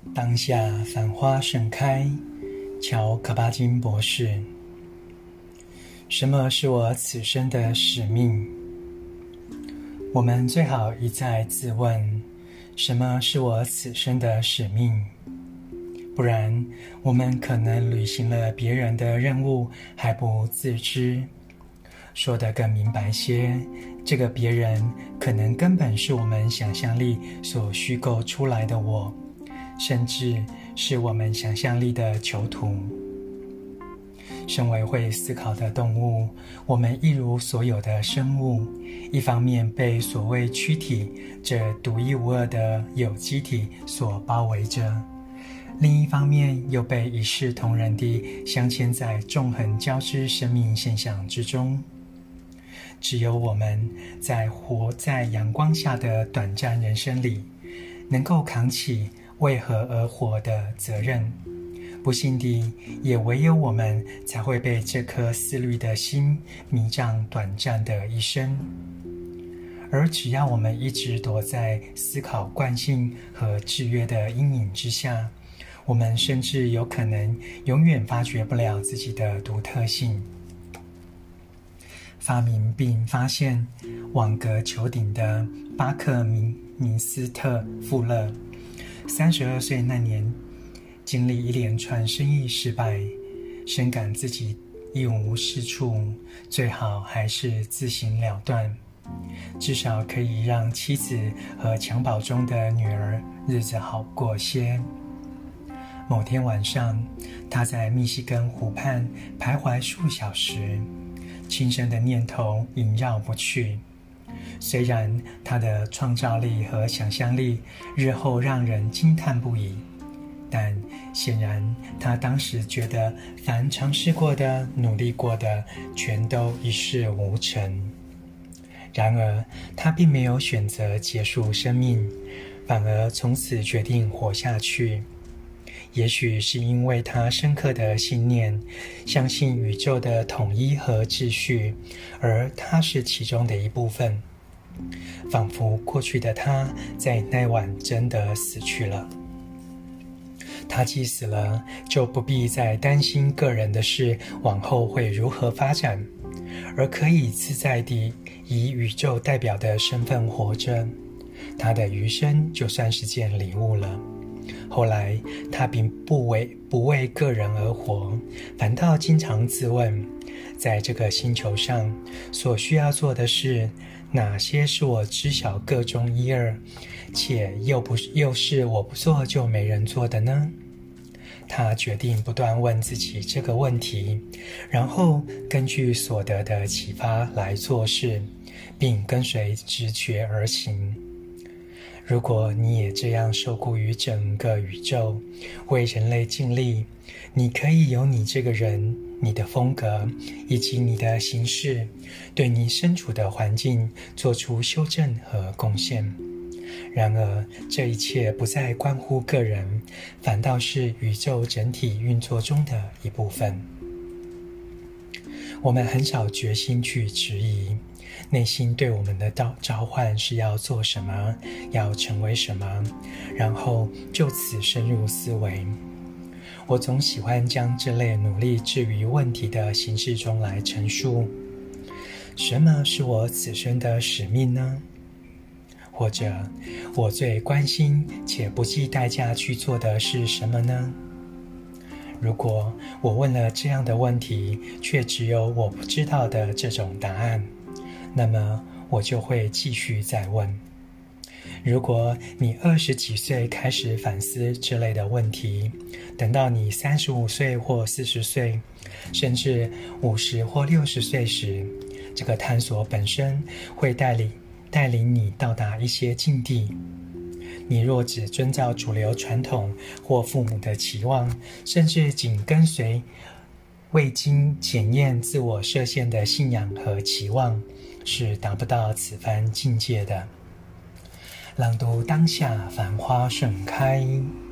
当下繁花盛开，乔可巴金博士。什么是我此生的使命？我们最好一再自问，什么是我此生的使命？不然，我们可能履行了别人的任务还不自知。说得更明白些，这个别人可能根本是我们想象力所虚构出来的我，甚至是我们想象力的囚徒。身为会思考的动物，我们一如所有的生物，一方面被所谓躯体这独一无二的有机体所包围着，另一方面又被一视同仁地镶嵌在纵横交织生命现象之中。只有我们在活在阳光下的短暂人生里，能够扛起为何而活的责任。不幸地，也唯有我们才会被这颗思虑的心迷障短暂的一生。而只要我们一直躲在思考惯性和制约的阴影之下，我们甚至有可能永远发掘不了自己的独特性。发明并发现网格球顶的巴克明斯特富勒，32岁那年经历一连串生意失败，深感自己一无是处，最好还是自行了断，至少可以让妻子和襁褓中的女儿日子好过些。某天晚上，他在密西根湖畔徘徊数小时，轻生的念头萦绕不去。虽然他的创造力和想象力日后让人惊叹不已，但显然他当时觉得凡尝试过的、努力过的，全都一事无成。然而他并没有选择结束生命，反而从此决定活下去。也许是因为他深刻的信念，相信宇宙的统一和秩序，而他是其中的一部分。仿佛过去的他在那晚真的死去了。他既死了，就不必再担心个人的事往后会如何发展，而可以自在地以宇宙代表的身份活着。他的余生就算是件礼物了。后来他并不为个人而活，反倒经常自问，在这个星球上所需要做的事，哪些是我知晓个中一二，且又是我不做就没人做的呢？他决定不断问自己这个问题，然后根据所得的启发来做事，并跟随直觉而行。如果你也这样受雇于整个宇宙，为人类尽力，你可以有你这个人、你的风格以及你的行事，对你身处的环境做出修正和贡献。然而，这一切不再关乎个人，反倒是宇宙整体运作中的一部分。我们很少决心去质疑内心对我们的召唤是要做什么，要成为什么，然后就此深入思维。我总喜欢将这类努力置于问题的形式中来陈述：什么是我此生的使命呢？或者，我最关心且不计代价去做的是什么呢？如果我问了这样的问题，却只有我不知道的这种答案，那么我就会继续再问。如果你20几岁开始反思这类的问题，等到你35岁或40岁，甚至50或60岁时，这个探索本身会带领你到达一些境地。你若只遵照主流传统或父母的期望，甚至仅跟随未经检验自我设限的信仰和期望，是达不到此番境界的。朗读当下繁花盛开。